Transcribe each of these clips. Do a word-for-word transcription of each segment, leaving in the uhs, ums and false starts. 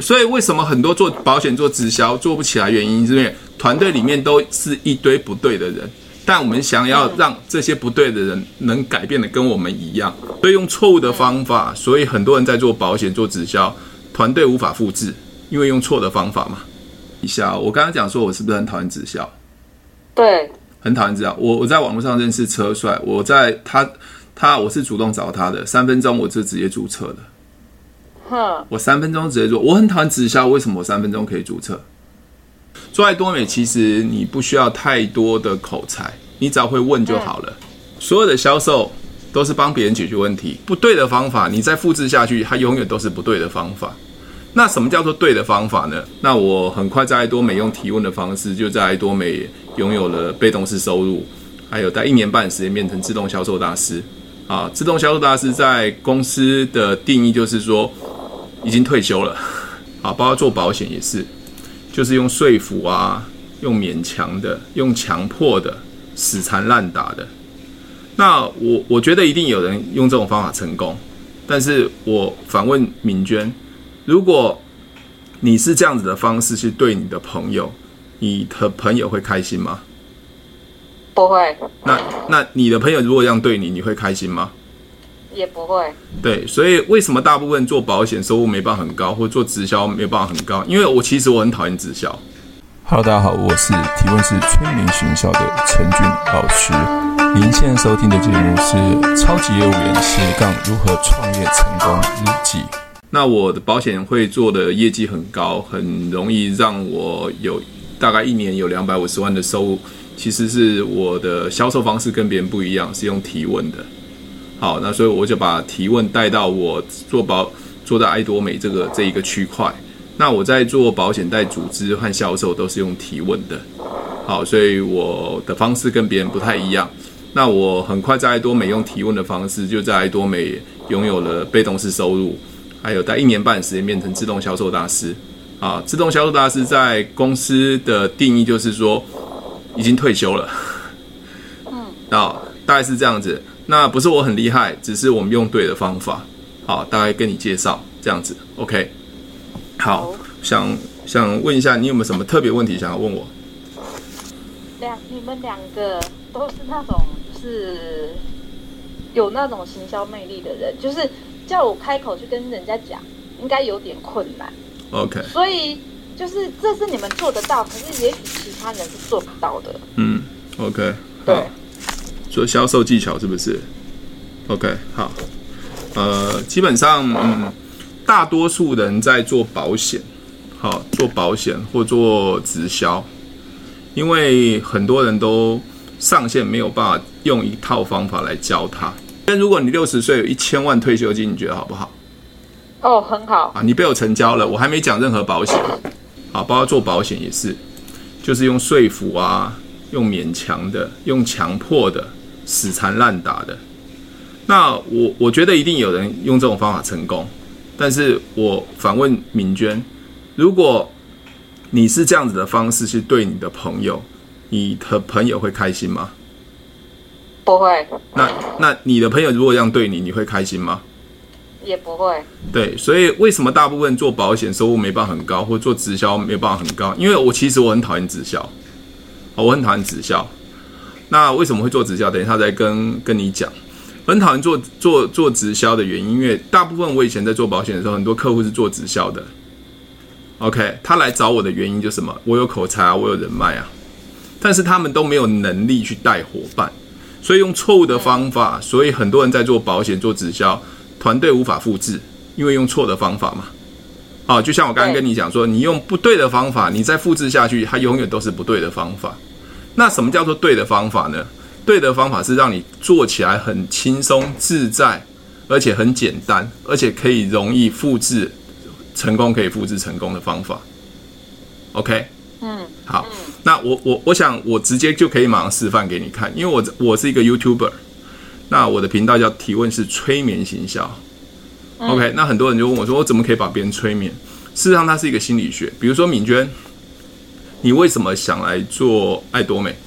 所以为什么很多做保险做直销做不起来，原因是因为团队里面都是一堆不对的人，但我们想要让这些不对的人能改变的跟我们一样，所以用错误的方法，所以很多人在做保险做直销，团队无法复制，因为用错的方法嘛。一下，我刚刚讲说我是不是很讨厌直销？ 对， 很讨厌直销。我我在网络上认识车帅，我在他他我是主动找他的，三分钟我就直接注册了。 哼， 我三分钟直接做。我很讨厌直销，为什么我三分钟可以注册？做爱多美其实你不需要太多的口才，你只要会问就好了。所有的销售都是帮别人解决问题，不对的方法你再复制下去，它永远都是不对的方法。那什么叫做对的方法呢？那我很快在爱多美用提问的方式，就在爱多美拥有了被动式收入，还有在一年半的时间变成自动销售大师。啊，自动销售大师在公司的定义就是说已经退休了。啊，包括做保险也是，就是用说服啊，用勉强的，用强迫的，死缠烂打的。那我我觉得一定有人用这种方法成功，但是我反问敏娟，如果你是这样子的方式去对你的朋友，你的朋友会开心吗？ 不会。 那那你的朋友如果这样对你，你会开心吗？ 也不会。对， 所以为什么大部分做保险收入没办法很高，或做直销没有办法很高？因为我其实我很讨厌直销。 Hello， 大家好，我是提问式催眠学校的陈俊老师。您现在收听的节目是《超级业务员斜杠如何创业成功日记》。 那我的保险会做的业绩很高，很容易让我有大概一年有两百五十万的收入。其实是我的销售方式跟别人不一样，是用提问的。好，那所以我就把提问带到我做保做到爱多美这个这一个区块。那我在做保险带组织和销售都是用提问的。好，所以我的方式跟别人不太一样。那我很快在爱多美用提问的方式，就在爱多美拥有了被动式收入，还有在一年半的时间变成自动销售大师。啊，自动销售大师在公司的定义就是说已经退休了。嗯，啊，大概是这样子。那不是我很厉害，只是我们用对的方法。好，大概跟你介绍这样子 ，OK。好，想想问一下，你有没有什么特别问题想要问我？ 两，你们两个都是那种就是有那种行销魅力的人，就是叫我开口去跟人家讲，应该有点困难。 OK。 所以就是这是你们做得到，可是也许其他人是做不到的。 嗯 ，OK。 对。 做销售技巧是不是 ？OK， 好，呃，基本上，嗯，大多数人在做保险，好，做保险或做直销，因为很多人都上线没有办法用一套方法来教他。但如果你六十岁有一千万退休金，你觉得好不好？ 哦，很好啊！你被我成交了，我还没讲任何保险，啊，包括做保险也是，就是用说服啊，用勉强的，用强迫的。死缠烂打的。那我我觉得一定有人用这种方法成功，但是我反问敏娟，如果你是这样子的方式去对你的朋友，你的朋友会开心吗？ 不会。 那那你的朋友如果这样对你，你会开心吗？ 也不会。 对，所以为什么大部分做保险收入没办法很高，或做直销没有办法很高？因为我其实我很讨厌直销，我很讨厌直销。那为什么会做直销？等一下再跟跟你讲。很讨厌做做做直销的原因，因为大部分我以前在做保险的时候，很多客户是做直销的。OK， 他来找我的原因就是什么？我有口才啊，我有人脉啊，但是他们都没有能力去带伙伴，所以用错误的方法，所以很多人在做保险做直销，团队无法复制，因为用错的方法嘛。好，就像我刚刚跟你讲说，你用不对的方法，你再复制下去，它永远都是不对的方法。那什么叫做对的方法呢？对的方法是让你做起来很轻松自在，而且很简单，而且可以容易复制成功，可以复制成功的方法。OK， 嗯，好，嗯、那我我我想我直接就可以马上示范给你看，因为我我是一个 YouTuber， 那我的频道叫提问式催眠行销。嗯、OK， 那很多人就问我说，我怎么可以把别人催眠？事实上，它是一个心理学。比如说敏娟。你为什么想来做爱多美？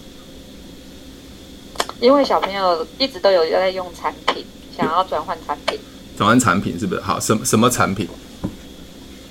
因为小朋友一直都有在用产品，想要转换产品。 转换产品是不是？好，什么什么产品？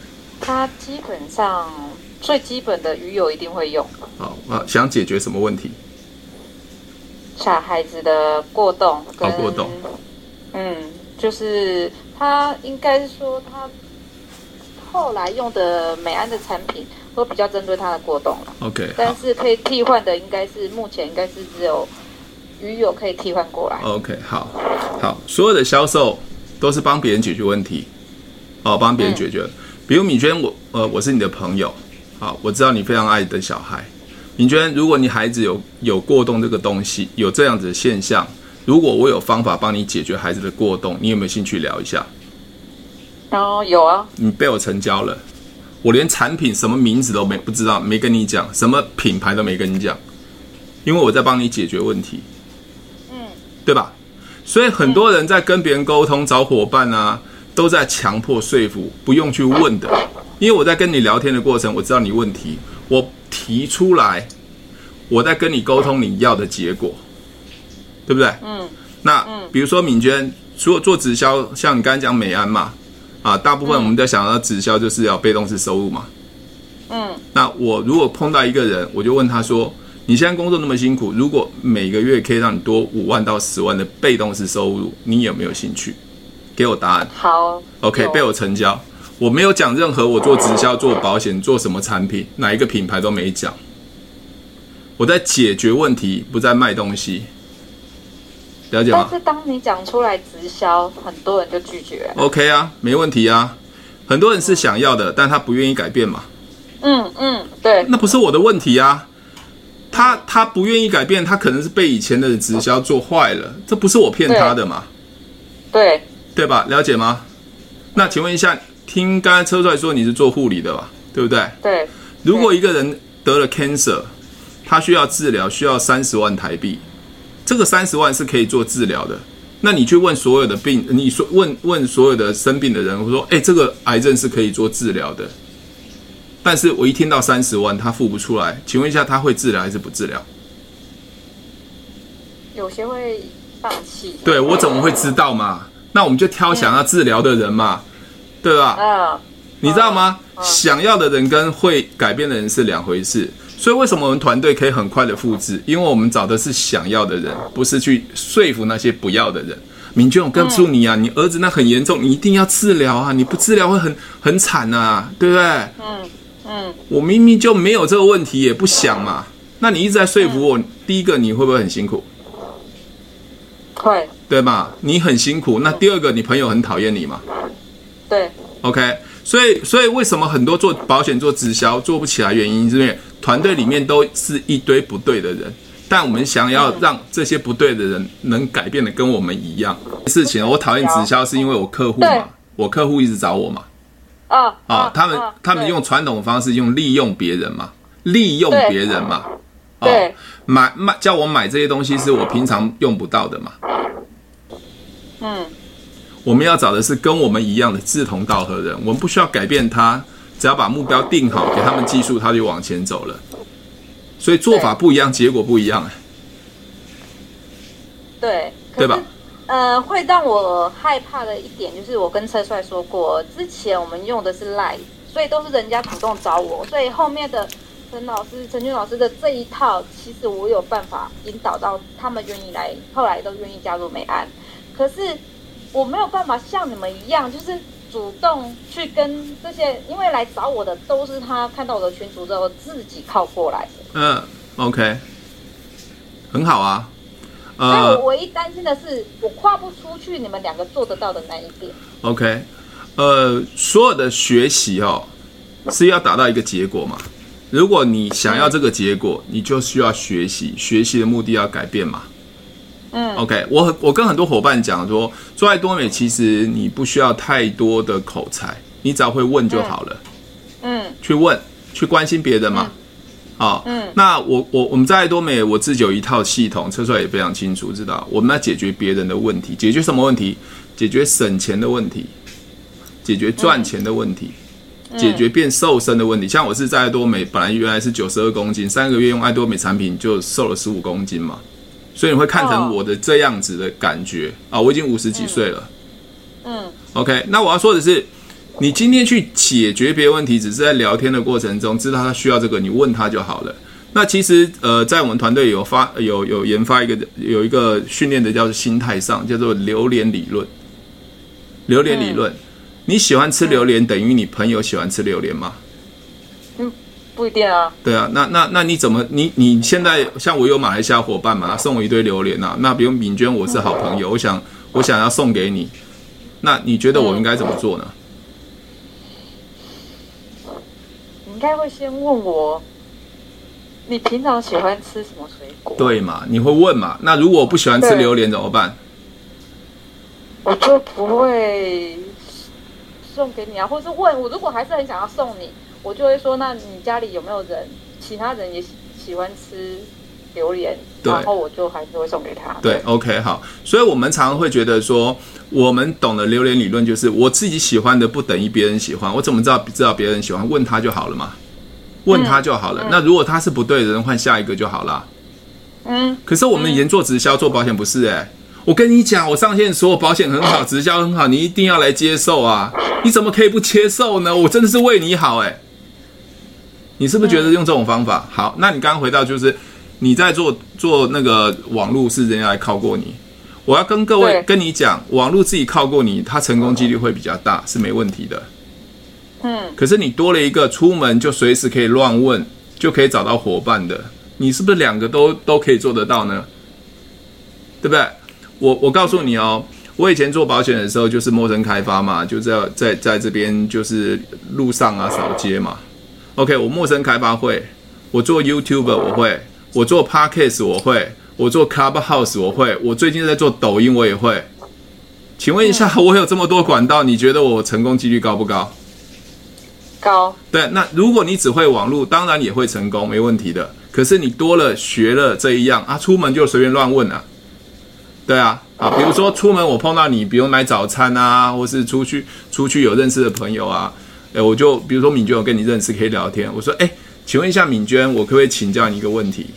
它基本上最基本的鱼油一定会用。 好啊，想解决什么问题？ 小孩子的过动跟、 哦、过动， 嗯，就是他应该是说他后来用的美安的产品都比较针对他的过动了。 OK， 但是可以替换的应该是目前应该是只有鱼油可以替换过来。 OK， 好，好，所有的销售都是帮别人解决问题，哦，帮别人解决。嗯、比如敏娟，我呃我是你的朋友，好，我知道你非常爱你的小孩。敏娟，如果你孩子有有过动这个东西，有这样子的现象，如果我有方法帮你解决孩子的过动，你有没有兴趣聊一下？ 哦，有啊。 你被我成交了，我连产品什么名字都没不知道，没跟你讲，什么品牌都没跟你讲，因为我在帮你解决问题，嗯，对吧？所以很多人在跟别人沟通、找伙伴啊，都在强迫说服，不用去问的。因为我在跟你聊天的过程，我知道你问题，我提出来，我在跟你沟通你要的结果，对不对？嗯。那比如说敏娟，如果做直销，像你刚才讲美安嘛，啊，大部分我们在想到直销就是要被动式收入嘛。嗯。那我如果碰到一个人，我就问他说：“你现在工作那么辛苦，如果每个月可以让你多五万到十万的被动式收入，你有没有兴趣？”给我答案。 好。 OK， 被我成交。我没有讲任何我做直销、做保险、做什么产品，哪一个品牌都没讲。我在解决问题，不在卖东西，了解吗？ 但是当你讲出来直销，很多人就拒绝了。 OK 啊，没问题啊。很多人是想要的，但他不愿意改变嘛。 嗯嗯，对。 那不是我的问题啊。他他不愿意改变，他可能是被以前的直销做坏了，这不是我骗他的嘛？ 对。 对吧？了解吗？那请问一下。听刚才车帅说你是做护理的吧，对不对？ 对。 如果一个人得了 cancer， 他需要治疗，需要三十万台币，这个三十万是可以做治疗的。那你去问所有的病，你说问问所有的生病的人，我说，哎、欸，这个癌症是可以做治疗的。但是我一听到三十万，他付不出来，请问一下，他会治疗还是不治疗？ 有些会放弃。 对，我怎么会知道嘛？那我们就挑想要治疗的人嘛。嗯对吧？嗯，你知道吗？嗯、想要的人跟会改变的人是两回事。所以为什么我们团队可以很快的复制？因为我们找的是想要的人，不是去说服那些不要的人。敏娟，我告诉你啊，嗯、你儿子那很严重，你一定要治疗啊！你不治疗会很很惨啊，对不对？嗯嗯。我明明就没有这个问题，也不想嘛。那你一直在说服我，嗯、第一个你会不会很辛苦？ 会。 对吧？你很辛苦。那第二个，你朋友很讨厌你嘛？ 对 ，OK， 所以所以为什么很多做保险、做直销做不起来？原因是因为团队里面都是一堆不对的人，但我们想要让这些不对的人能改变的跟我们一样。事情我讨厌直销是因为我客户嘛，我客户一直找我嘛，啊啊，他们他们用传统的方式用利用别人嘛，利用别人嘛， 对， 买买叫我买这些东西是我平常用不到的嘛，嗯。我们要找的是跟我们一样的志同道合的人，我们不需要改变他，只要把目标定好，给他们技术，他就往前走了。所以做法不一样，结果不一样。 对， 对吧？ 呃，会让我害怕的一点就是，我跟车帅说过，之前我们用的是 Line， 所以都是人家主动找我，所以后面的陈老师、陈俊老师的这一套，其实我有办法引导到他们愿意来，后来都愿意加入美安，可是。我没有办法像你们一样，就是主动去跟这些，因为来找我的都是他看到我的群组之后自己靠过来的。 嗯 ，OK， 很好啊。 呃，所以我唯一担心的是，我跨不出去你们两个做得到的那一点。 OK， 呃，所有的学习哦，是要达到一个结果嘛。如果你想要这个结果，你就需要学习，学习的目的要改变嘛。嗯 ，OK， 我我跟很多伙伴讲说，做爱多美其实你不需要太多的口才，你只要会问就好了。嗯，嗯去问，去关心别人嘛。嗯、好，嗯，那我我我们在爱多美，我自己有一套系统，车帅也非常清楚，知道我们要解决别人的问题，解决什么问题？解决省钱的问题，解决赚钱的问题。嗯、解决变瘦身的问题，像我是在爱多美，本来原来是九十二公斤，三个月用爱多美产品就瘦了十五公斤嘛。所以你会看成我的这样子的感觉啊，我已经五十几岁了。嗯 ，OK， 那我要说的是， 你今天去解决别的问题，只是在聊天的过程中知道他需要这个，你问他就好了。那其实呃，在我们团队有发有有研发一个有一个训练的叫做心态上，叫做榴莲理论。榴莲理论，嗯、你喜欢吃榴莲，等于你朋友喜欢吃榴莲吗？ 嗯，不一定啊。 对啊，那那那你怎么你你现在像我有马来西亚伙伴嘛，送我一堆榴莲啊，那比如敏娟我是好朋友，我想我想要送给你，那你觉得我应该怎么做呢？ 嗯、你应该会先问我。你平常喜欢吃什么水果？ 对嘛，你会问嘛？那如果我不喜欢吃榴莲怎么办？ 我就不会送给你啊，或是问我，如果还是很想要送你，我就会说，那你家里有没有人，其他人也喜欢吃榴莲？然后我就还是会送给他。 对 ，OK， 好。所以我们常常会觉得说，我们懂得榴莲理论，就是我自己喜欢的不等于别人喜欢，我怎么知道知道别人喜欢？问他就好了嘛。问他就好了、嗯嗯。那如果他是不对的人，换下一个就好了。嗯。可是我们以前做直销、做保险不是哎、欸，我跟你讲，我上线说保险很好，直销很好，你一定要来接受啊！你怎么可以不接受呢？我真的是为你好哎、欸。你是不是觉得用这种方法、嗯、好？那你刚刚回到就是你在做做那个网络是人家来靠过你，我要跟各位跟你讲，网络自己靠过你，它成功几率会比较大，是没问题的。嗯，可是你多了一个出门就随时可以乱问，就可以找到伙伴的，你是不是两个都都可以做得到呢？对不对？我我告诉你哦，我以前做保险的时候就是陌生开发嘛，就在在在这边就是路上啊扫街嘛。OK， 我陌生开发会，我做 YouTuber 我会，我做 Podcast 我会，我做 Clubhouse 我会，我最近在做抖音我也会。请问一下，我有这么多管道，你觉得我成功几率高不高？ 高。对， 那如果你只会网络，当然也会成功，没问题的。可是你多了学了这一样啊，出门就随便乱问啊。对啊，啊，比如说出门我碰到你，比如买早餐啊，或是出去出去有认识的朋友啊，哎，我就比如说敏娟，我跟你认识可以聊天，我说，哎，请问一下敏娟，我可不可以请教你一个问题？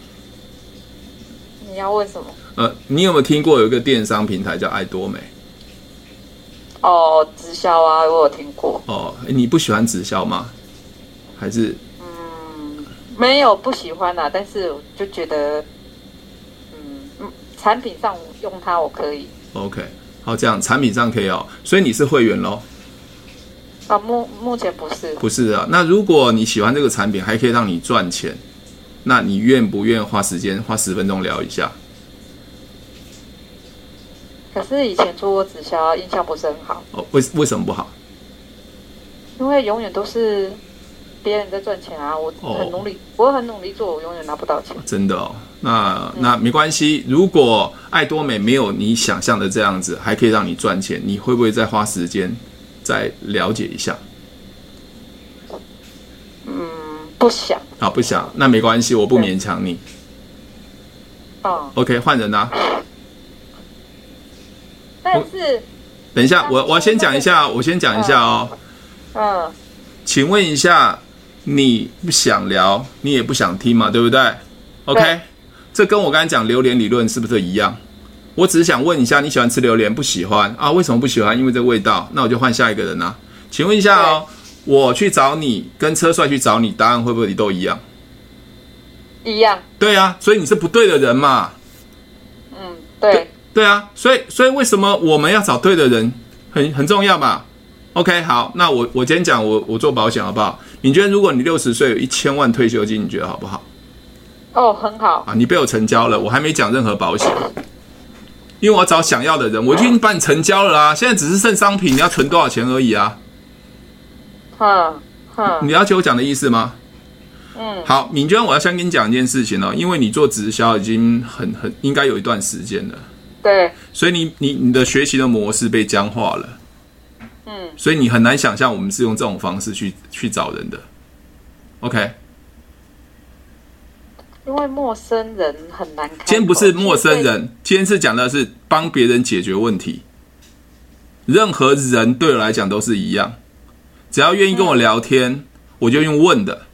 你要问什么？ 呃，你有没有听过有一个电商平台叫爱多美？ 哦，直销啊，我有听过。 哦，你不喜欢直销吗？还是？ 嗯，没有不喜欢啦、啊，但是我就觉得，嗯，产品上用它我可以。 OK， 好，这样产品上可以哦，所以你是会员咯？ 啊，目目前不是。 不是啊，那如果你喜欢这个产品，还可以让你赚钱，那你愿不愿意花时间花十分钟聊一下？ 可是以前做过直销，印象不是很好。 哦，为为什么不好？ 因为永远都是别人在赚钱啊，我很努力，哦、我很努力做，我永远拿不到钱。 真的哦，那那没关系。如果爱多美没有你想象的这样子，还可以让你赚钱，你会不会再花时间再了解一下？ 嗯，不想。 好，不想，那没关系，我不勉强你。 哦 ，OK， 换人啊。 但是， 等一下，我我要先讲一下，我先讲一下哦。 嗯。请问一下，你不想聊，你也不想听嘛，对不对 ？OK， 对，这跟我刚才讲榴莲理论是不是一样？我只是想问一下，你喜欢吃榴莲？不喜欢啊？为什么不喜欢？因为这个味道。那我就换下一个人啊。请问一下哦，我去找你，跟车帅去找你，答案会不会都一样？ 一样。 对啊，所以你是不对的人嘛。 嗯，对。对对啊，所以所以为什么我们要找对的人，很很重要嘛 ？OK， 好，那我我今天讲我我做保险好不好？敏娟，如果你六十岁有一千万退休金，你觉得好不好？ 哦，很好啊！你被我成交了，我还没讲任何保险，因为我要找想要的人，我就已经把你成交了啦。现在只是剩商品，你要存多少钱而已啊？ 哼哼， 你了解我讲的意思吗？ 嗯， 好，敏娟，我要先跟你讲一件事情哦，因为你做直销已经很很应该有一段时间了。 对， 所以你你你的学习的模式被僵化了， 嗯， 所以你很难想象我们是用这种方式去去找人的 ，OK？ 因为陌生人很难开口。 今天不是陌生人，今天是讲的是帮别人解决问题。任何人对我来讲都是一样，只要愿意跟我聊天，嗯、我就用问的。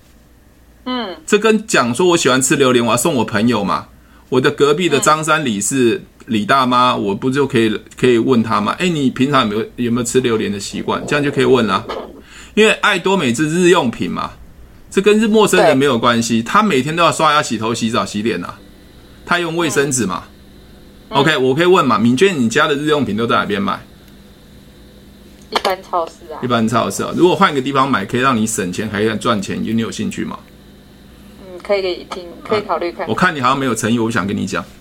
嗯，这跟讲说我喜欢吃榴莲，我要送我朋友嘛。我的隔壁的张三李四李大妈，我不就可以可以问她吗？哎，你平常有没有有没有吃榴莲的习惯？这样就可以问啦。因为爱多美是日用品嘛，这跟陌生人没有关系。他每天都要刷牙、洗头、洗澡、洗脸啊，他用卫生纸嘛。嗯、OK， 我可以问嘛？敏娟，你家的日用品都在哪边买？ 一般超市啊。 一般超市啊。如果换一个地方买，可以让你省钱，还可以赚钱，你有兴趣吗？ 嗯，可以听，可以考虑看、啊。 我看你好像没有诚意，我不想跟你讲。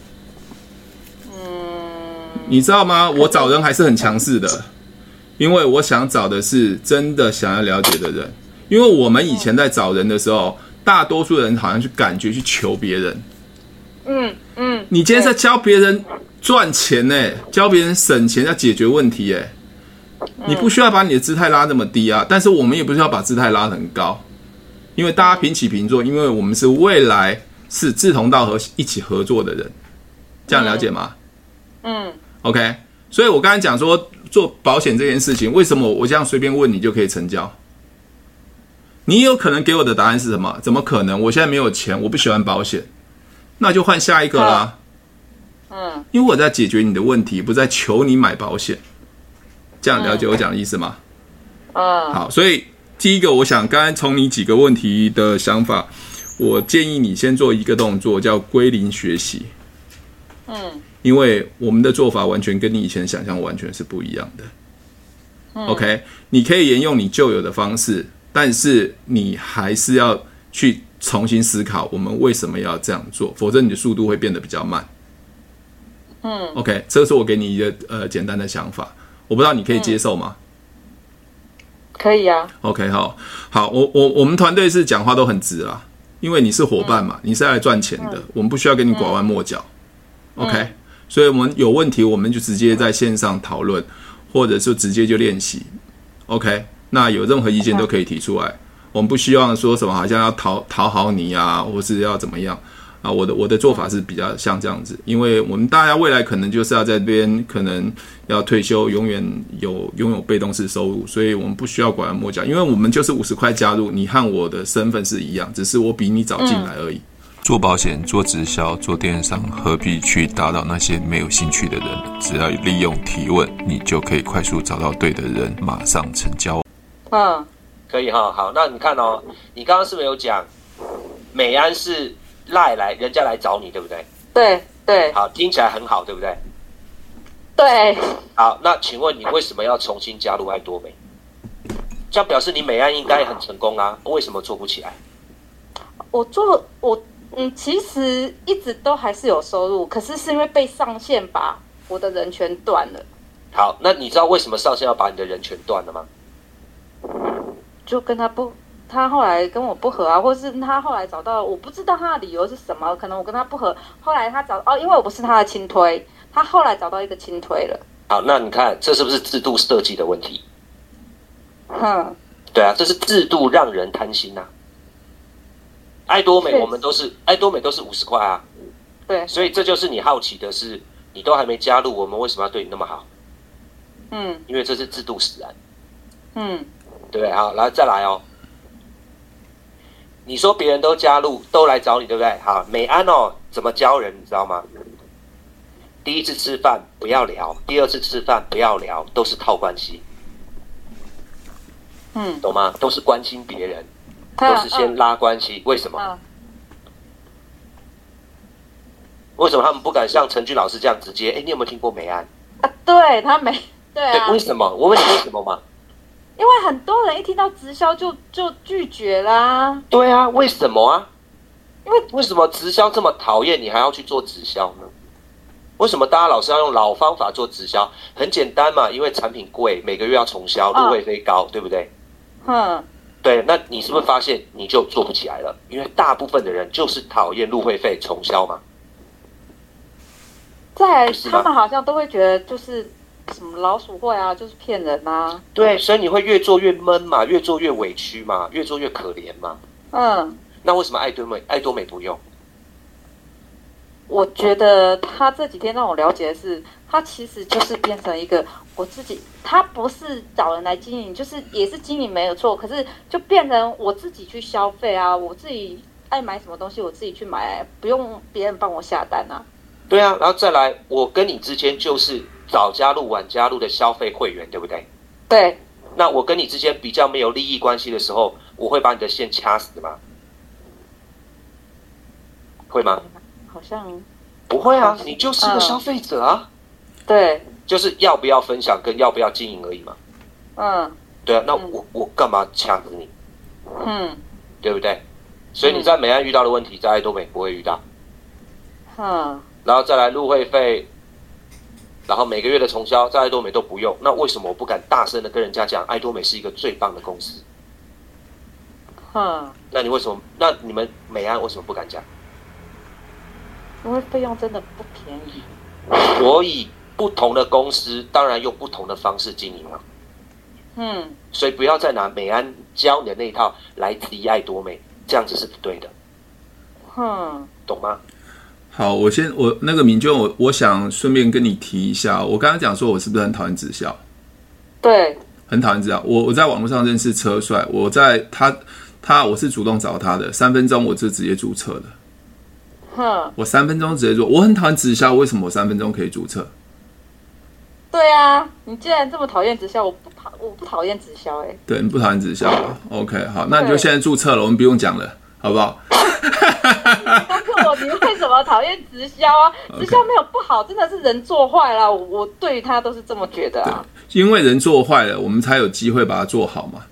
嗯，你知道吗？我找人还是很强势的，因为我想找的是真的想要了解的人。因为我们以前在找人的时候，大多数人好像去感觉去求别人。嗯嗯，你今天在教别人赚钱呢、欸，教别人省钱，要解决问题哎、欸。你不需要把你的姿态拉那么低啊，但是我们也不需要把姿态拉很高，因为大家平起平坐，因为我们是未来是志同道合一起合作的人，这样了解吗？嗯 ，OK， 所以我刚才讲说做保险这件事情，为什么我这样随便问你就可以成交？你有可能给我的答案是什么？怎么可能？我现在没有钱，我不喜欢保险，那就换下一个啦。嗯，因为我在解决你的问题，不在求你买保险。这样了解我讲的意思吗？嗯，好，所以第一个，我想刚才从你几个问题的想法，我建议你先做一个动作，叫归零学习。嗯，因为我们的做法完全跟你以前想象完全是不一样的。嗯、OK， 你可以沿用你旧有的方式，但是你还是要去重新思考我们为什么要这样做，否则你的速度会变得比较慢。嗯 ，OK， 这是我给你一个呃简单的想法。我不知道你可以接受吗？ 嗯、可以啊。 OK， 好，好，我我我们团队是讲话都很直啦，因为你是伙伴嘛，嗯、你是来赚钱的，嗯、我们不需要跟你拐弯抹角。嗯、OK，、嗯、所以我们有问题，我们就直接在线上讨论，或者是直接就练习。OK， 那有任何意见都可以提出来，嗯、我们不希望说什么好像要讨讨好你啊，或是要怎么样。啊，我的我的做法是比较像这样子，因为我们大家未来可能就是要在这边可能要退休，永远有拥有被动式收入，所以我们不需要拐弯抹角，因为我们就是五十块加入，你和我的身份是一样，只是我比你早进来而已。嗯、 做保险、做直销、做电商，何必去打扰那些没有兴趣的人？只要利用提问，你就可以快速找到对的人，马上成交。 嗯，可以哈，好，那你看哦，你刚刚是不是有讲美安是？赖来，人家来找你，对不对？ 对对。 好，听起来很好，对不对？ 对。 好，那请问你为什么要重新加入爱多美？这样表示你美安应该很成功啊，为什么做不起来？ 我做我嗯，其实一直都还是有收入，可是是因为被上线把我的人权断了。 好，那你知道为什么上线要把你的人权断了吗？ 就跟他不。他后来跟我不合啊，或是他后来找到，我不知道他的理由是什么，可能我跟他不合。后来他找哦，因为我不是他的亲推，他后来找到一个亲推了。 好，那你看这是不是制度设计的问题？ 哼， 对啊，这是制度让人贪心啊。爱多美我们都是爱多美都是五十块啊， 对， 所以这就是你好奇的是，你都还没加入，我们为什么要对你那么好？嗯，因为这是制度使然。嗯，对不对？好，来再来哦。你说别人都加入，都来找你，对不对？好，美安哦，怎么教人，你知道吗？第一次吃饭不要聊，第二次吃饭不要聊，都是套关系。嗯，懂吗？都是关心别人，都是先拉关系。为什么？为什么他们不敢像陈俊老师这样直接？哎，你有没有听过美安？ 啊，对他没，对啊。 对，为什么？我问你为什么嘛？ 因为很多人一听到直销就就拒绝啦。 对啊，为什么啊？因为为什么直销这么讨厌，你还要去做直销呢？为什么大家老是要用老方法做直销？很简单嘛，因为产品贵，每个月要重销，入会费高，哦、对不对？嗯，对。那你是不是发现你就做不起来了？因为大部分的人就是讨厌入会费重销嘛。 再来，他们好像都会觉得就是什么老鼠会啊，就是骗人啊。 对，所以你会越做越闷嘛，越做越委屈嘛，越做越可怜嘛。嗯，那为什么爱多美爱多美不用？ 我觉得他这几天让我了解的是，他其实就是变成一个我自己，他不是找人来经营，就是也是经营没有错，可是就变成我自己去消费啊，我自己爱买什么东西我自己去买，不用别人帮我下单啊。 对啊，然后再来，我跟你之间就是早加入晚加入的消费会员，对不对？ 对。 那我跟你之间比较没有利益关系的时候，我会把你的线掐死吗？会吗？ 好像不会啊，你就是个消费者啊。 嗯、对， 就是要不要分享跟要不要经营而已嘛。 嗯， 对啊，那我、嗯、我干嘛掐死你？ 嗯， 对不对？所以你在美安遇到的问题，在爱多美不会遇到。 嗯， 然后再来入会费，然后每个月的重销，在爱多美都不用。那为什么我不敢大声的跟人家讲，爱多美是一个最棒的公司？ 嗯， 那你为什么？那你们美安为什么不敢讲？ 因为费用真的不便宜。 所以不同的公司当然用不同的方式经营了。 嗯， 所以不要再拿美安教你的那一套来敌爱多美，这样子是不对的。 嗯， 懂吗？ 好，我先我那个明娟，我我想顺便跟你提一下，我刚刚讲说我是不是很讨厌直销？ 对， 很讨厌直销。我我在网络上认识车帅，我在他他我是主动找他的，三分钟我就直接注册了。 哼， 我三分钟直接做，我很讨厌直销，为什么我三分钟可以注册？ 对啊，你既然这么讨厌直销，我不讨我不讨厌直销哎、欸。 对，你不讨厌直销 ，OK， 好，那你就现在注册了，我们不用讲了，好不好？ 告诉我你为什么讨厌直销啊？直销没有不好，真的是人做坏了，我我对于他都是这么觉得啊。 因为人做坏了，我们才有机会把它做好嘛。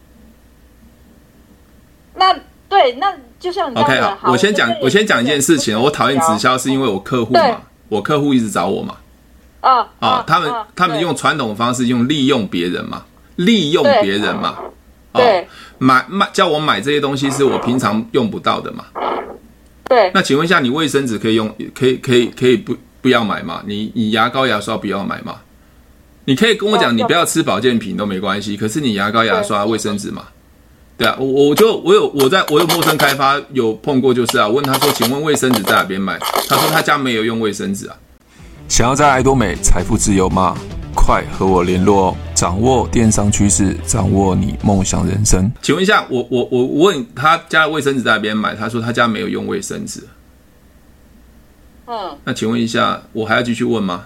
那对，那就像你 OK 好，我先讲，我先讲一件事情，我讨厌直销是因为我客户嘛，我客户一直找我嘛。 啊啊，他们、啊、他们用传统的方式，用利用别人嘛，利用别人嘛， 对， 哦、买买叫我买这些东西是我平常用不到的嘛， 对。 那请问一下，你卫生纸可以用，可以可以可以不不要买嘛？你你牙膏牙刷不要买嘛？你可以跟我讲，你不要吃保健品都没关系，可是你牙膏牙刷卫生纸嘛？对啊，我我就我有我在我有陌生开发有碰过，就是啊，问他说，请问卫生纸在哪边买？他说他家没有用卫生纸啊。 想要在爱多美财富自由吗？快和我联络哦！掌握电商趋势，掌握你梦想人生。 请问一下，我我我问他家的卫生纸在哪边买？他说他家没有用卫生纸。 嗯， 那请问一下，我还要继续问吗？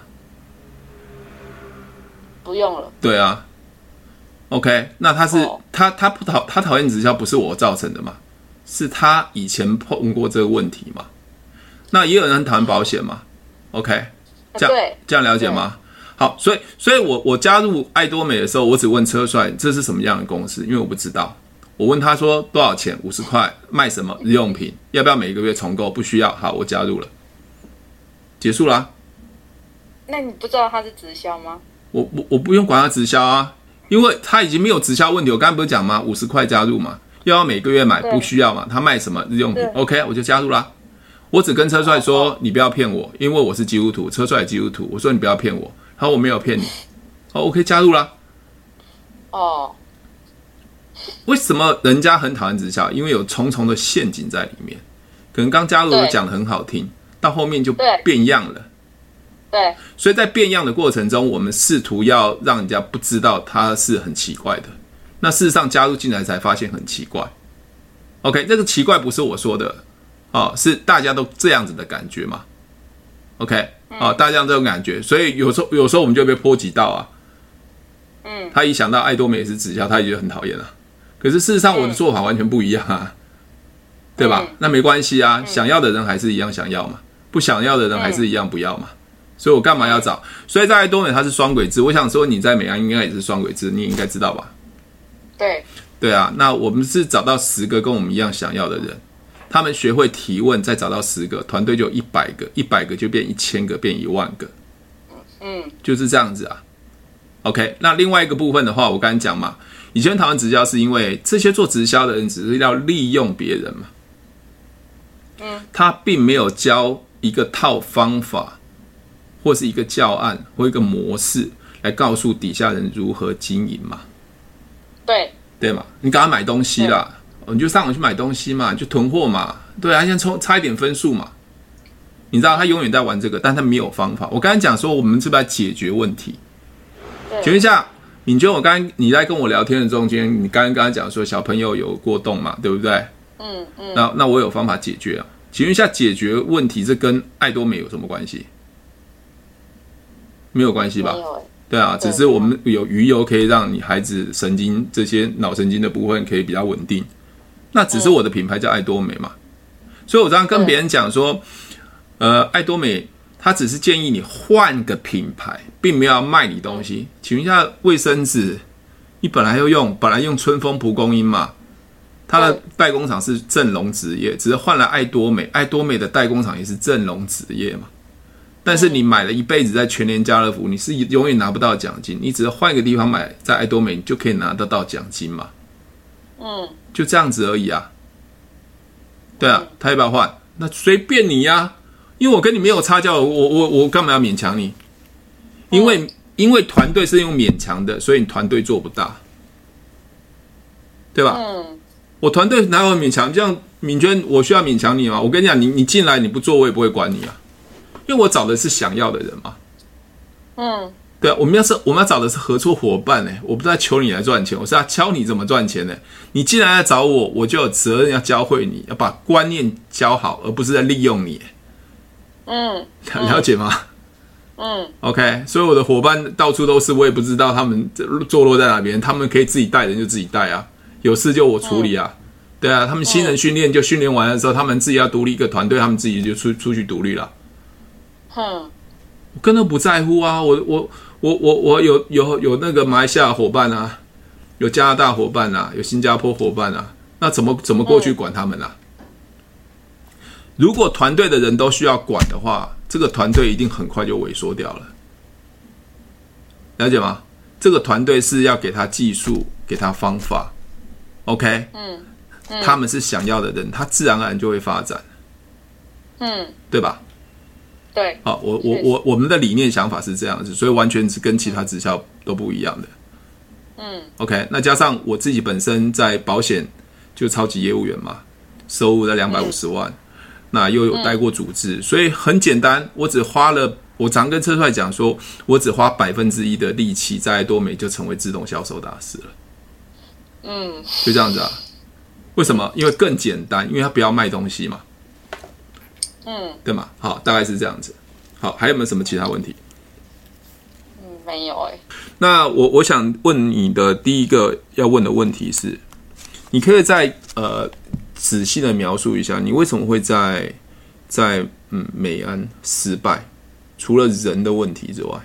不用了。 对啊。OK， 那他是、哦、他他不讨他讨厌直销，不是我造成的嘛？是他以前碰过这个问题嘛？那也有人很讨厌保险嘛 ？OK。这样这样了解吗？好，所以所以我我加入爱多美的时候，我只问车帅这是什么样的公司，因为我不知道。我问他说多少钱，五十块，卖什么日用品，要不要每个月重购？不需要，好，我加入了，结束了、啊。 那你不知道他是直销吗？ 我我我不用管他直销啊，因为他已经没有直销问题。我刚才不是讲吗？五十块加入嘛，要不要每个月买？不需要嘛，他卖什么日用品 ？OK， 我就加入啦。我只跟车帅说，你不要骗我，因为我是基督徒，车帅也基督徒。我说你不要骗我，他说我没有骗你，好 ，OK， 加入啦。 哦， 为什么人家很讨厌直销？因为有重重的陷阱在里面。可能刚加入我讲的很好听，到后面就变样了。 对， 所以在变样的过程中，我们试图要让人家不知道它是很奇怪的。那事实上加入进来才发现很奇怪。OK， 这个奇怪不是我说的。哦，是大家都这样子的感觉嘛 ？OK， 哦，大家这种感觉，所以有时候有时候我们就被波及到啊。嗯，他一想到爱多美也是直销，他也觉得很讨厌了。可是事实上我的做法完全不一样啊，对吧？那没关系啊，想要的人还是一样想要嘛，不想要的人还是一样不要嘛。所以我干嘛要找？所以在爱多美它是双轨制，我想说你在美安应该也是双轨制，你也应该知道吧？ 对， 对啊，那我们是找到十个跟我们一样想要的人。他们学会提问，再找到十个，团队就有一百个，一百个就变一千个，变一万个，嗯，就是这样子啊。OK， 那另外一个部分的话，我刚才讲嘛，以前讨厌直销是因为这些做直销的人只是要利用别人嘛，嗯，他并没有教一个套方法，或是一个教案或一个模式来告诉底下人如何经营嘛， 对， 对嘛，你赶快买东西啦。你就上网去买东西嘛，就囤货嘛，对啊，先冲差一点分数嘛。你知道他永远在玩这个，但他没有方法。我刚才讲说，我们是不是在解决问题？请问一下，敏娟，我刚才你在跟我聊天的中间，你刚刚刚才讲说小朋友有过动嘛，对不对？嗯嗯。那那我有方法解决啊。请问一下，解决问题这跟爱多美有什么关系？ 没有关系吧？ 没有欸对啊，只是我们有鱼油可以让你孩子神经这些脑神经的部分可以比较稳定。那只是我的品牌叫爱多美嘛，所以我常常跟别人讲说，呃，爱多美它只是建议你换个品牌，并没有要卖你东西。请问一下，卫生纸你本来要用，本来用春风蒲公英嘛，它的代工厂是正隆纸业，只是换了爱多美，爱多美的代工厂也是正隆纸业嘛。但是你买了一辈子在全联家乐福，你是永远拿不到奖金，你只是换一个地方买，在爱多美你就可以拿得到奖金嘛。 嗯， 就这样子而已啊。对啊，他要不要换？那随便你呀、啊，因为我跟你没有差价，我我我干嘛要勉强你？因为、嗯、因为团队是用勉强的，所以你团队做不大，对吧？嗯，我团队哪有勉强？这样敏娟，我需要勉强你吗？我跟你讲，你你进来你不做，我也不会管你啊。因为我找的是想要的人嘛，嗯，对啊，我们要是我们要找的是合作伙伴呢、欸，我不是在求你来赚钱，我是要教你怎么赚钱呢、欸。你既然来找我，我就有责任要教会你，要把观念教好，而不是在利用你、欸。嗯，了解吗？嗯 ，OK， 所以我的伙伴到处都是，我也不知道他们坐落在哪边，他们可以自己带人就自己带啊，有事就我处理啊。嗯、对啊，他们新人训练就训练完的时候，他们自己要独立一个团队，他们自己就出出去独立了。嗯，我根本不在乎啊！我我我我我有有有那个马来西亚伙伴啊，有加拿大伙伴啊，有新加坡伙伴啊，那怎么怎么过去管他们啊？如果团队的人都需要管的话，这个团队一定很快就萎缩掉了，了解吗？这个团队是要给他技术，给他方法 ，OK？ 嗯，嗯他们是想要的人，他自然而然就会发展，嗯，对吧？ 对， 好，我我我我们的理念想法是这样子，所以完全是跟其他直销都不一样的。嗯 ，OK， 那加上我自己本身在保险就超级业务员嘛，收入在两百五十万，嗯、那又有带过组织，嗯、所以很简单，我只花了，我常跟车帅讲说，我只花百分之一的力气，在爱多美就成为自动销售大师了。嗯，就这样子啊？为什么？因为更简单，因为他不要卖东西嘛。嗯，对吗？好，大概是这样子。好，还有没有什么其他问题？ 嗯，没有哎、欸。 那我我想问你的第一个要问的问题是，你可以再呃仔细的描述一下，你为什么会在在嗯美安失败？除了人的问题之外，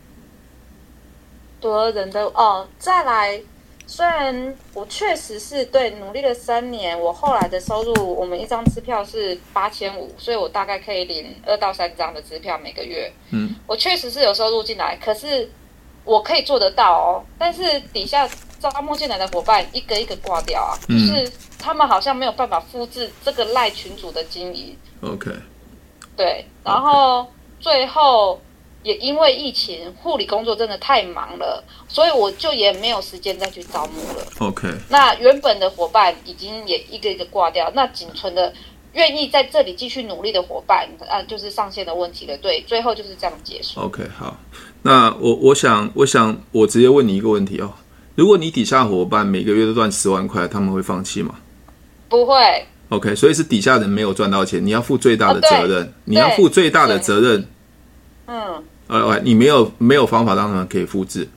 除了人的哦，再来。虽然我确实是对努力了三年，我后来的收入，我们一张支票是八千五，所以我大概可以领二到三张的支票每个月。嗯，我确实是有收入进来，可是我可以做得到哦。但是底下招募进来的伙伴一个一个挂掉啊，嗯、就是他们好像没有办法复制这个赖群组的经营。 OK， 对，然后最后。也因为疫情，护理工作真的太忙了，所以我就也没有时间再去招募了。 OK， 那原本的伙伴已经也一个一个挂掉，那仅存的愿意在这里继续努力的伙伴，啊，就是上线的问题了。对，最后就是这样结束。 OK， 好，那我我想，我想我直接问你一个问题哦：如果你底下伙伴每个月都赚十万块，他们会放弃吗？ 不会。 OK， 所以是底下人没有赚到钱，你要负最大的责任，啊、你要负最大的责任。嗯。呃，你没有没有方法让他们可以复制，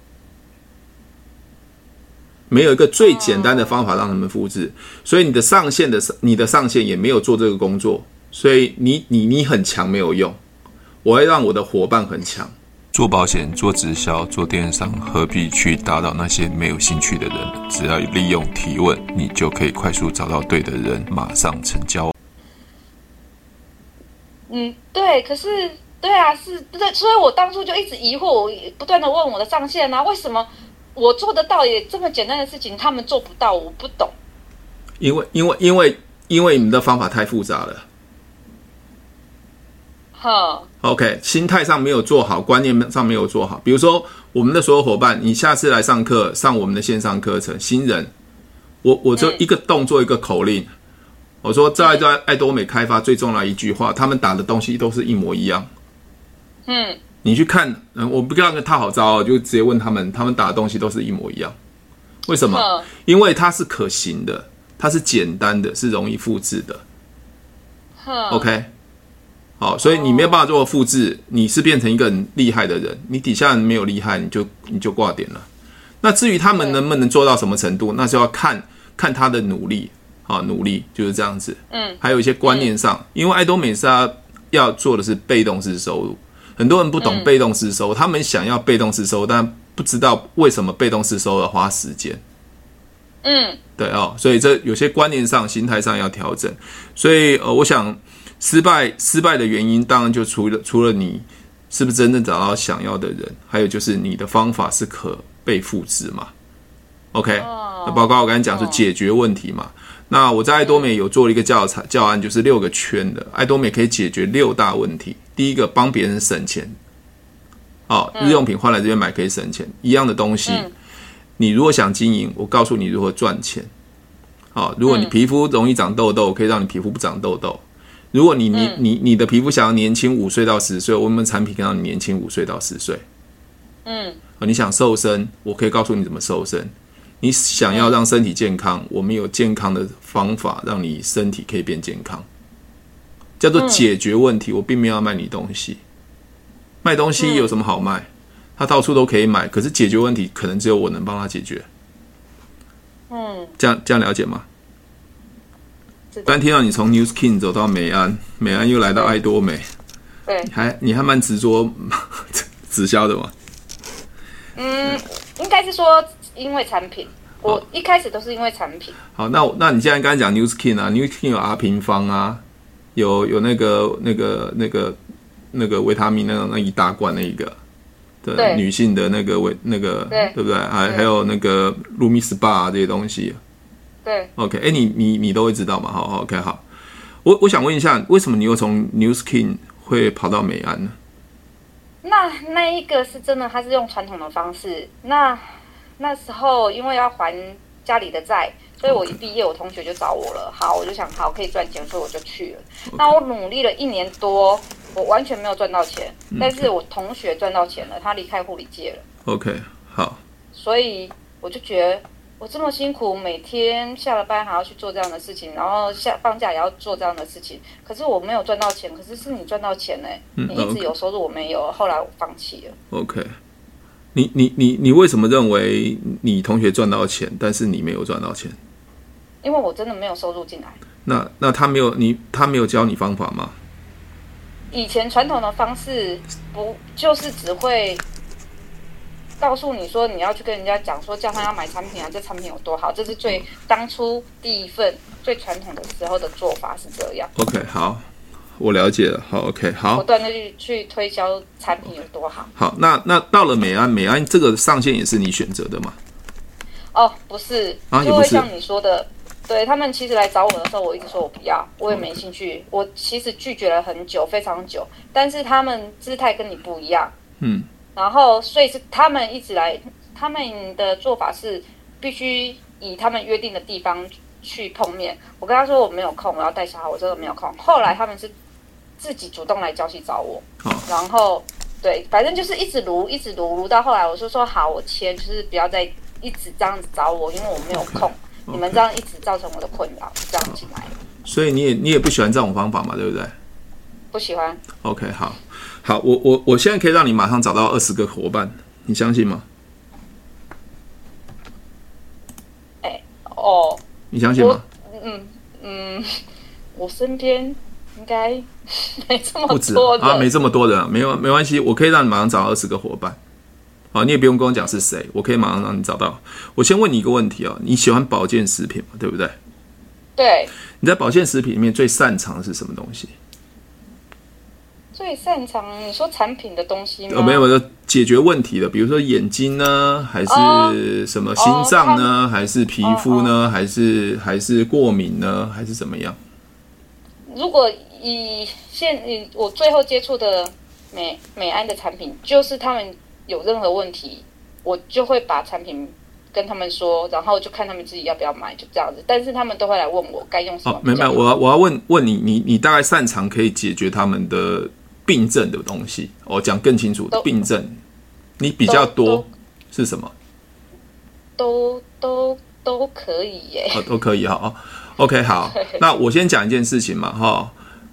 没有一个最简单的方法让他们复制，所以你的上线的你的上线也没有做这个工作，所以你你你很强没有用，我会让我的伙伴很强。 做保险、做直销、做电商，何必去打扰那些没有兴趣的人？只要利用提问，你就可以快速找到对的人，马上成交。 嗯，对，可是。对啊，是对，所以我当初就一直疑惑，我不断的问我的上线啊，为什么我做得到也这么简单的事情，他们做不到？我不懂。 因为因为因为因为你们的方法太复杂了。 好 ，OK， 心态上没有做好，观念上没有做好。比如说，我们的所有伙伴，你下次来上课，上我们的线上课程，新人，我我就一个动作一个口令，嗯、我说在在爱多美开发最重要的一句话，他们打的东西都是一模一样。嗯，你去看，嗯，我不要跟他好招，就直接问他们，他们打的东西都是一模一样。为什么？嗯、因为它是可行的，它是简单的，是容易复制的。嗯、OK， 好，所以你没有办法做复制，你是变成一个很厉害的人，你底下人没有厉害，你就你就挂点了。那至于他们能不能做到什么程度，那就要看看他的努力，好，努力就是这样子。嗯，还有一些观念上，嗯、因为爱多美是他要做的是被动式收入，很多人不懂被动式收入，嗯、他们想要被动式收入，但不知道为什么被动式收入要花时间。嗯，对哦，所以这有些观念上、心态上要调整。所以呃，我想。失败失败的原因，当然就除了除了你是不是真正找到想要的人，还有就是你的方法是可被复制嘛 ？OK， 那包括我刚才讲说解决问题嘛。那我在爱多美有做了一个教材教案，就是六个圈的，爱多美可以解决六大问题。第一个，帮别人省钱，哦，日用品换来这边买可以省钱，一样的东西，你如果想经营，我告诉你如何赚钱。好，如果你皮肤容易长痘痘，可以让你皮肤不长痘痘。如果你你你你的皮肤想要年轻五岁到十岁，我们产品可以让你年轻五岁到十岁。嗯，你想瘦身，我可以告诉你怎么瘦身。你想要让身体健康，我们有健康的方法让你身体可以变健康，叫做解决问题。我并没有要卖你东西，卖东西有什么好卖？它到处都可以买，可是解决问题可能只有我能帮他解决。嗯，这样这样了解吗？刚听到你从 New Skin 走到美安，美安又来到爱多美，对，你还你还蛮执着直销的嘛？ 嗯，应该是说因为产品，我一开始都是因为产品。 好，那那你现在刚才讲 New Skin 啊 ，New Skin 有 R 平方啊，有有那个那个那个那个维他命那那一大罐那一个，对，女性的那个维那个，对，对不对？还还有那个 Lumi Spa 这些东西。 对 ，OK， 哎、欸，你你你都会知道嘛？好 ，OK， 好。我我想问一下，为什么你又从 New Skin 会跑到美安呢？ 那那一个是真的，他是用传统的方式。那那时候因为要还家里的债，所以我一毕业，我同学就找我了。好，我就想好可以赚钱，所以我就去了。Okay. 那我努力了一年多，我完全没有赚到钱， okay. 但是我同学赚到钱了，他离开护理界了。 OK， 好。 所以我就觉得。我这么辛苦，每天下了班还要去做这样的事情，然后下放假也要做这样的事情。可是我没有赚到钱，可是是你赚到钱呢、欸嗯。你一直有收入，我没有，后来我放弃了。 OK， 你你你你为什么认为你同学赚到钱，但是你没有赚到钱？ 因为我真的没有收入进来。 那那他没有你，他没有教你方法吗？ 以前传统的方式不就是只会。告诉你说你要去跟人家讲说叫他要买产品啊，这产品有多好，这是最当初第一份最传统的时候的做法是这样。 OK， 好，我了解了。好 ，OK， 好， 不断的去去推销产品有多好。 好，那那到了美安，美安这个上线也是你选择的吗？ 哦，不是，啊、就会像你说的，对他们其实来找我的时候，我一直说我不要，我也没兴趣，我其实拒绝了很久，非常久，但是他们姿态跟你不一样，嗯。然后，所以是他们一直来，他们的做法是必须以他们约定的地方去碰面。我跟他说我没有空，我要带小孩，我真的没有空。后来他们是自己主动来礁溪找我，然后对，反正就是一直撸，一直撸，撸到后来我就说好，我签，就是不要再一直这样子找我，因为我没有空， okay, 你们这样一直造成我的困扰，这样进来。 所以你也你也不喜欢这种方法嘛，对不对？ 不喜欢。 OK， 好。好，我我我现在可以让你马上找到二十个伙伴，你相信吗？ 哎、欸，哦， 你相信吗？ 嗯嗯，我身边应该没这么多人啊，没这么多人，没有没关系，我可以让你马上找到二十个伙伴。好，你也不用跟我讲是谁，我可以马上让你找到。我先问你一个问题哦，你喜欢保健食品吗？对不对？ 对。 你在保健食品里面最擅长的是什么东西？ 最擅长你说产品的东西吗？ 哦，没有，就解决问题的，比如说眼睛呢，还是什么心脏呢，哦、还是皮肤呢，哦哦、还是还是过敏呢，还是怎么样？ 如果以现以我最后接触的美美安的产品，就是他们有任何问题，我就会把产品跟他们说，然后就看他们自己要不要买，就这样子。但是他们都会来问我该用什么。 哦，没有，我要我要问问你，你你大概擅长可以解决他们的病症的东西，我讲更清楚，病症你比较多是什么？ 都都都可以耶， 哦，都可以哈。哦 OK， 好，那我先讲一件事情嘛，哈，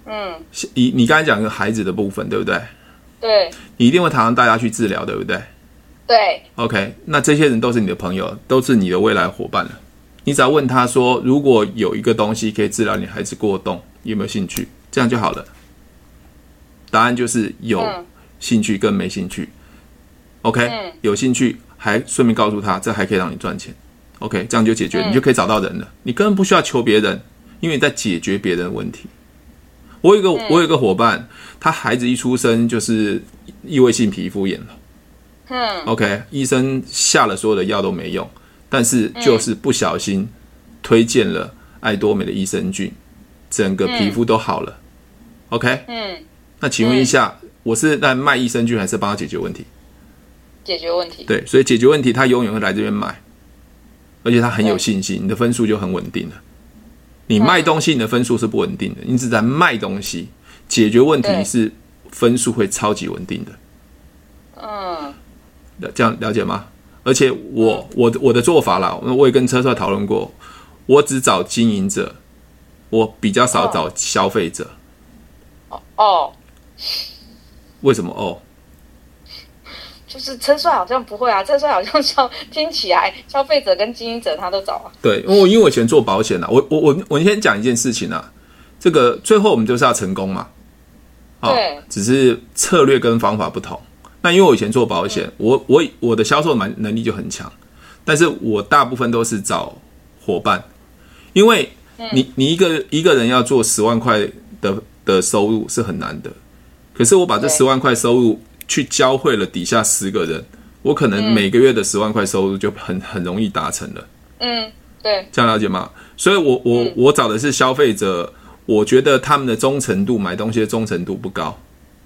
嗯， 你你刚才讲个孩子的部分，对不对？ 对， 你一定会常常带他去治疗，对不对？ 对。 OK， 那这些人都是你的朋友，都是你的未来伙伴了。你只要问他说，如果有一个东西可以治疗你孩子过动，有没有兴趣？这样就好了。答案就是有兴趣跟没兴趣。OK，、嗯、有兴趣还顺便告诉他，这还可以让你赚钱。OK， 这样就解决，嗯、你就可以找到人了。你根本不需要求别人，因为你在解决别人的问题。我有一个、嗯、我有一个伙伴，他孩子一出生就是异位性皮肤炎了。嗯 ，OK， 医生下了所有的药都没用，但是就是不小心推荐了爱多美的益生菌，整个皮肤都好了。嗯、OK， 嗯，那请问一下，嗯、我是在卖益生菌还是帮他解决问题？ 解决问题。对， 所以解决问题，他永远会来这边买，而且他很有信心，你的分数就很稳定了。你卖东西，你的分数是不稳定的，你只在卖东西，解决问题是分数会超级稳定的。嗯，这样了解吗？而且我我的我的做法啦，我也跟车帅讨论过，我只找经营者，我比较少找消费者。 哦哦， 为什么哦？ 就是车帅好像不会啊，车帅好像消听起来消费者跟经营者他都找啊。 对，因为我因为我以前做保险啊，我我我我先讲一件事情啊，这个最后我们就是要成功嘛，哦，对，只是策略跟方法不同。那因为我以前做保险，嗯、我我我的销售能力就很强，但是我大部分都是找伙伴，因为你、嗯、你一个一个人要做十万块的的收入是很难的，可是我把这十万块收入去教会了底下十个人，我可能每个月的十万块收入就很很容易达成了。嗯，对，这样了解吗？所以我我、嗯、我找的是消费者，我觉得他们的忠诚度，买东西的忠诚度不高。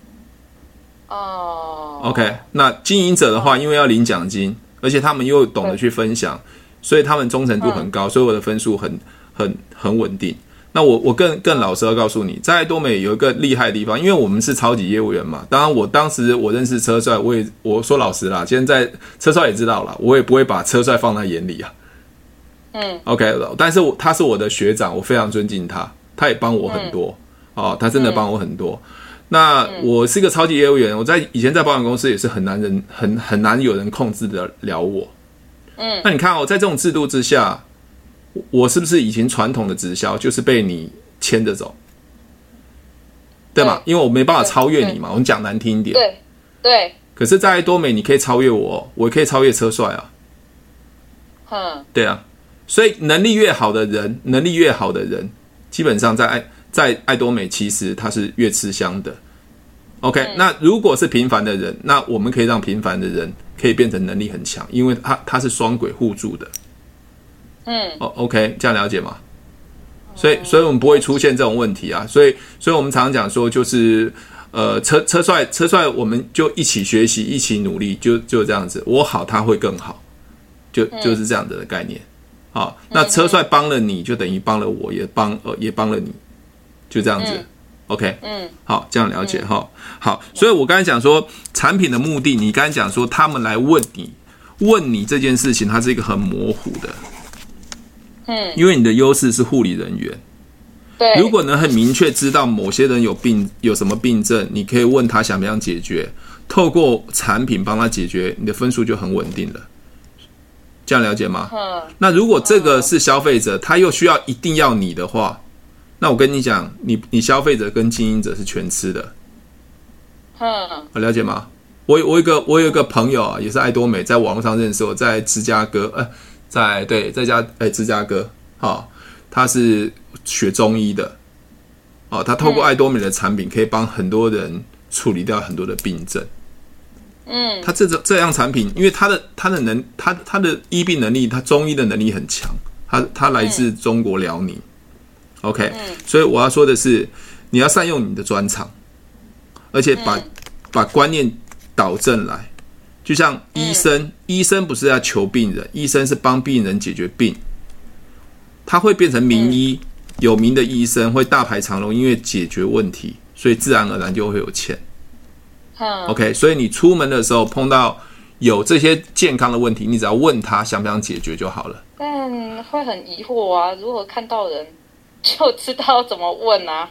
哦 ，OK， 那经营者的话，因为要领奖金，而且他们又懂得去分享，所以他们忠诚度很高，所以我的分数很很很稳定。那我我更更老实要告诉你，在爱多美有一个厉害的地方，因为我们是超级业务员嘛。当然，我当时我认识车帅，我也我说老实啦，现在车帅也知道啦，我也不会把车帅放在眼里啊。嗯 ，OK， 但是我他是我的学长，我非常尊敬他，他也帮我很多、嗯、哦，他真的帮我很多。嗯、那我是一个超级业务员，我在以前在保险公司也是很难人很很难有人控制得了我。嗯，那你看哦，在这种制度之下。我是不是以前传统的直销就是被你牵着走，对吗？因为我没办法超越你嘛，我们讲难听一点。 对对。可是，在爱多美你可以超越我，我可以超越车帅啊。嗯，对啊。所以能力越好的人，能力越好的人，基本上在爱在爱多美其实他是越吃香的。OK，、嗯、那如果是平凡的人，那我们可以让平凡的人可以变成能力很强，因为他他是双轨互助的。嗯，哦 ，OK， 这样了解吗？所以，所以我们不会出现这种问题啊。所以，所以我们常常讲说，就是呃，车车帅车帅，我们就一起学习，一起努力，就就这样子。我好，他会更好，就就是这样子的概念。好，那车帅帮了你，就等于帮了我，也帮呃也帮了你，就这样子。嗯、OK， 嗯，好，这样了解哈、嗯。好，所以我刚才讲说产品的目的，你刚才讲说他们来问你问你这件事情，它是一个很模糊的。嗯，因为你的优势是护理人员，对，如果能很明确知道某些人有病有什么病症，你可以问他想不想解决，透过产品帮他解决，你的分数就很稳定了。这样了解吗？嗯。那如果这个是消费者，他又需要一定要你的话，那我跟你讲，你你消费者跟经营者是全吃的。嗯，我了解吗？我我有一个我有一个朋友啊，也是爱多美，在网络上认识我，在芝加哥，呃。在对，在家哎，芝加哥，哦，他是学中医的，哦，他透过爱多美的产品，可以帮很多人处理掉很多的病症。嗯，他这种这样产品，因为他的他的能，他他的医病能力，他中医的能力很强，他他来自中国辽宁、嗯、，OK，、嗯、所以我要说的是，你要善用你的专长，而且把、嗯、把观念导正来。就像医生、嗯，医生不是要求病人，医生是帮病人解决病。他会变成名医、嗯，有名的医生会大排长龙，因为解决问题，所以自然而然就会有钱。嗯 ，OK， 所以你出门的时候碰到有这些健康的问题，你只要问他想不想解决就好了。 但会很疑惑啊，如何看到人就知道怎么问啊？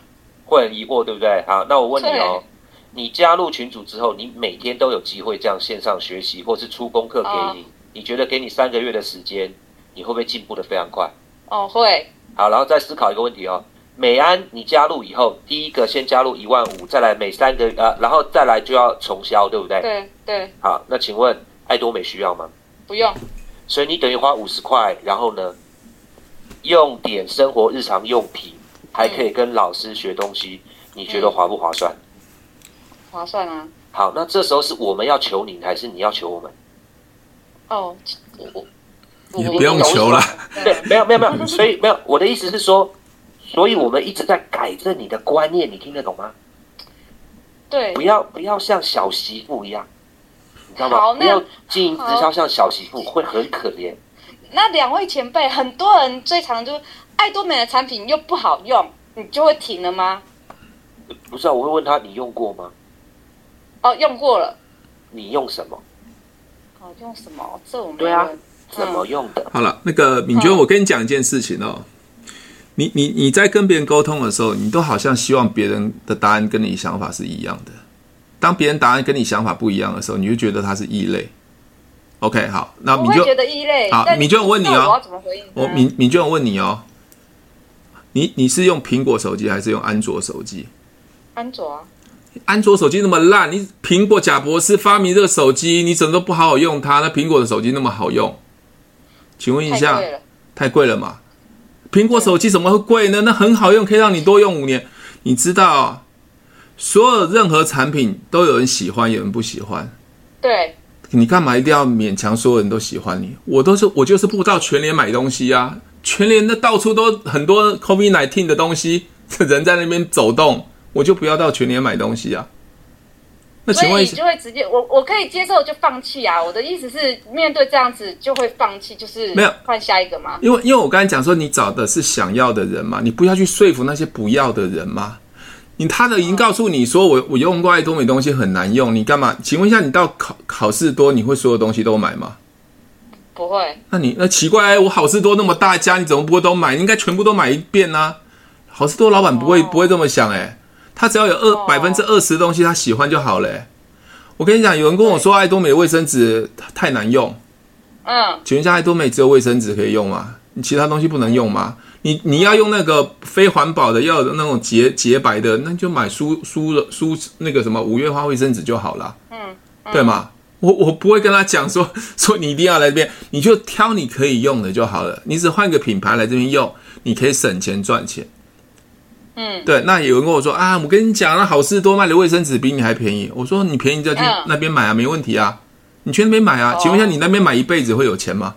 会很疑惑，对不对？好，那我问你哦，你加入群组之后，你每天都有机会这样线上学习，或是出功课给你，哦、你觉得给你三个月的时间，你会不会进步的非常快？ 哦，会。 好，然后再思考一个问题哦。美安，你加入以后，第一个先加入一万五，再来每三个呃，然后再来就要重销，对不对？ 对对。 好，那请问爱多美需要吗？ 不用。 所以你等于花五十块，然后呢，用点生活日常用品，还可以跟老师学东西，嗯、你觉得划不划算？ 划算啊。 好，那这时候是我们要求你，还是你要求我们？ 哦，我我也不用求了。 对，没有没有没有，所以没有。我的意思是说，所以我们一直在改正你的观念，你听得懂吗？ 对。 不要不要像小媳妇一样，你知道吗？不要经营直销像小媳妇，会很可怜。 那两位前辈，很多人最常就爱多美的产品又不好用，你就会停了吗？ 不是啊，我会问他你用过吗？ 哦，用过了。 你用什么？ 哦，用什么？这我没对啊，怎么用的？ 好了，那个敏娟，我跟你讲一件事情哦。你你你在跟别人沟通的时候，你都好像希望别人的答案跟你想法是一样的。当别人答案跟你想法不一样的时候，你就觉得他是异类。OK， 好，那敏娟我会觉得异类。 好，敏娟，我问你哦， 我要怎么回应？ 我敏敏娟，我问你哦，你你是用苹果手机还是用安卓手机？ 安卓啊。 安卓手机那么烂，你苹果贾博士发明这个手机，你怎么都不好好用它？那苹果的手机那么好用，请问一下，太贵了，太贵了嘛？苹果手机怎么会贵呢？那很好用，可以让你多用五年。你知道，所有任何产品都有人喜欢，有人不喜欢。 对。 你干嘛一定要勉强所有人都喜欢你？我都是我就是不到全联买东西啊，全联的到处都很多 COVID 十九 的东西，人在那边走动。我就不要到全联买东西啊。那请问， 所以你就会直接，我我可以接受就放弃啊。我的意思是，面对这样子就会放弃，就是没有换下一个吗？ 因为因为我刚才讲说，你找的是想要的人嘛，你不要去说服那些不要的人嘛。你他的已经告诉你说我我用过爱多美东西很难用，你干嘛？请问一下，你到考好事多，你会所有东西都买吗？ 不会。 那你那奇怪，我好事多那么大家，你怎么不会都买？你应该全部都买一遍啊。好事多老板不会、哦、不会这么想哎、欸。他只要有二百分之二十的东西他喜欢就好了、欸。我跟你讲，有人跟我说爱多美的卫生纸太难用。 嗯， 请问一下，爱多美只有卫生纸可以用吗？你其他东西不能用吗？你你要用那个非环保的，要有那种洁洁白的，那就买舒舒舒那个什么五月花卫生纸就好了。 嗯，嗯对吗？我我不会跟他讲说说你一定要来这边，你就挑你可以用的就好了。你只换个品牌来这边用，你可以省钱赚钱。 嗯， 对，那有人跟我说啊，我跟你讲，那好事多卖的卫生纸比你还便宜。我说你便宜就去那边买啊，没问题啊，你去那边买啊。请问一下，你那边买一辈子会有钱吗？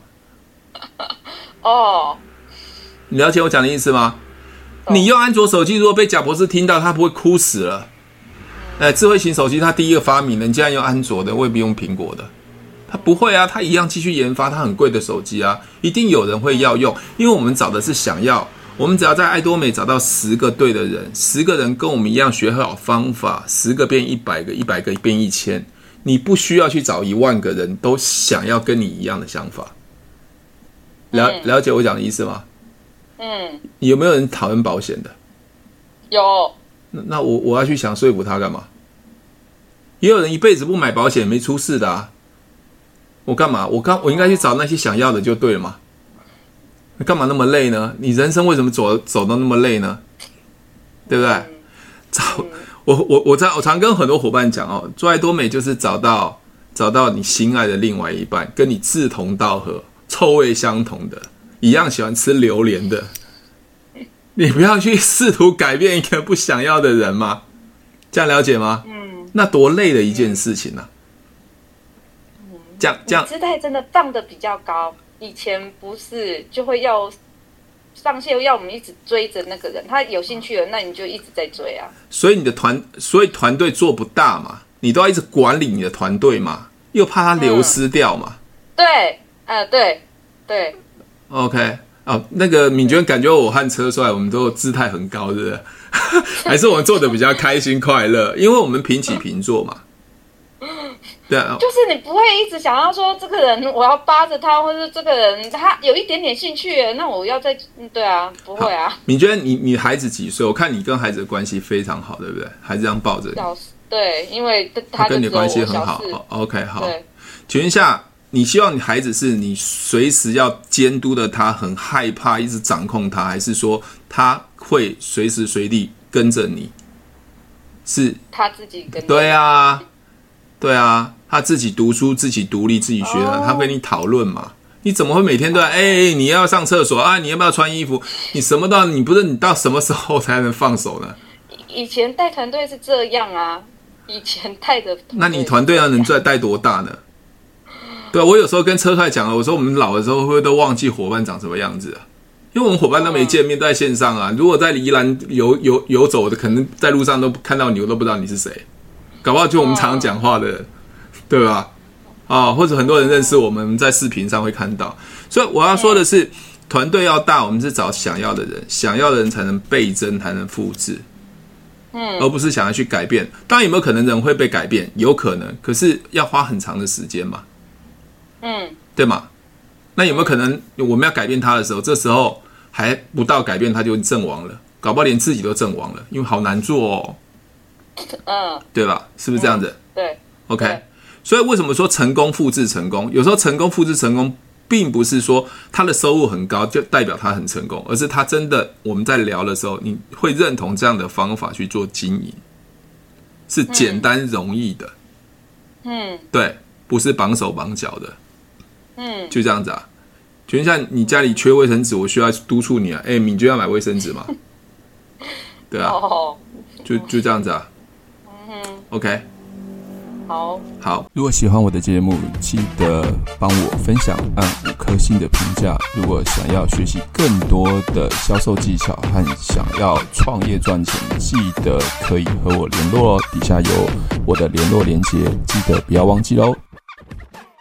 哦， 你了解我讲的意思吗？你用安卓手机，如果被贾博士听到，他不会哭死了。哎，智慧型手机他第一个发明的，你竟然用安卓的，未必用苹果的。他不会啊，他一样继续研发他很贵的手机啊，一定有人会要用，因为我们找的是想要。我们只要在爱多美找到十个对的人，十个人跟我们一样学好方法，十个变一百个，一百个变一千，你不需要去找一万个人都想要跟你一样的想法。了了解我讲的意思吗？ 嗯。 有没有人讨厌保险的？ 有。 那, 那我我要去想说服他干嘛？也有人一辈子不买保险没出事的啊。我干嘛？我刚我应该去找那些想要的就对了嘛。干嘛那么累呢？你人生为什么走走到那么累呢？对不对？嗯、找我我我常我常跟很多伙伴讲哦，做爱多美就是找到找到你心爱的另外一半，跟你志同道合、臭味相同的，一样喜欢吃榴莲的。你不要去试图改变一个不想要的人嘛，这样了解吗？ 嗯， 那多累的一件事情啊！ 嗯， 这样这样， 姿态真的放得比较高。以前不是就会要上线，要我们一直追着那个人，他有兴趣了，那你就一直在追啊。 所以你的团，所以团队做不大嘛，你都要一直管理你的团队嘛，又怕他流失掉嘛。 嗯、对，呃，对，对。 OK， 哦，那个敏娟感觉我和车帅，我们都姿态很高，是不是？还是我们做的比较开心快乐？因为我们平起平坐嘛。 对啊， 就是你不会一直想要说这个人我要扒着他，或者这个人他有一点点兴趣，那我要再对啊，不会啊。 你觉得你你孩子几岁？我看你跟孩子的关系非常好，对不对？孩子这样抱着你， 对，因为他跟你的关系很好。OK， 好。 对， 请问一下，你希望你孩子是你随时要监督的他，很害怕一直掌控他，还是说他会随时随地跟着你？是他自己跟着。 对啊，对啊，他自己读书，自己独立，自己学的，哦、他跟你讨论嘛。你怎么会每天都在哎、欸，你要上厕所啊？你要不要穿衣服？你什么都你不是你到什么时候才能放手呢？ 以前带团队是这样啊。以前带的， 那你团队要能再带多大呢？对啊，我有时候跟车太讲了，我说我们老的时候会不会都忘记伙伴长什么样子啊？因为我们伙伴都没见面，都在线上啊。如果在宜兰游游游走的，可能在路上都看到你，我都不知道你是谁。搞不好就我们常常讲话的人，对吧？啊，或者很多人认识我们，在视频上会看到。所以我要说的是，团队要大，我们是找想要的人，想要的人才能倍增，才能复制。嗯，而不是想要去改变。当然有没有可能人会被改变？有可能，可是要花很长的时间嘛。嗯，对吗？那有没有可能我们要改变他的时候，这时候还不到改变他就阵亡了，搞不好连自己都阵亡了，因为好难做哦。嗯，对吧？是不是这样子？ 嗯、对 ，OK 对。 所以为什么说成功复制成功？有时候成功复制成功，并不是说他的收入很高就代表他很成功，而是他真的我们在聊的时候，你会认同这样的方法去做经营，是简单容易的。嗯，对，不是绑手绑脚的。嗯，就这样子啊。请问一下，你家里缺卫生纸，我需要督促你啊。哎、欸，你就要买卫生纸嘛。对啊，就就这样子啊。嗯 ，OK。 好， 好。 如果喜欢我的节目，记得帮我分享，按五颗星的评价。如果想要学习更多的销售技巧和想要创业赚钱，记得可以和我联络哦。底下有我的联络连结，记得不要忘记喽。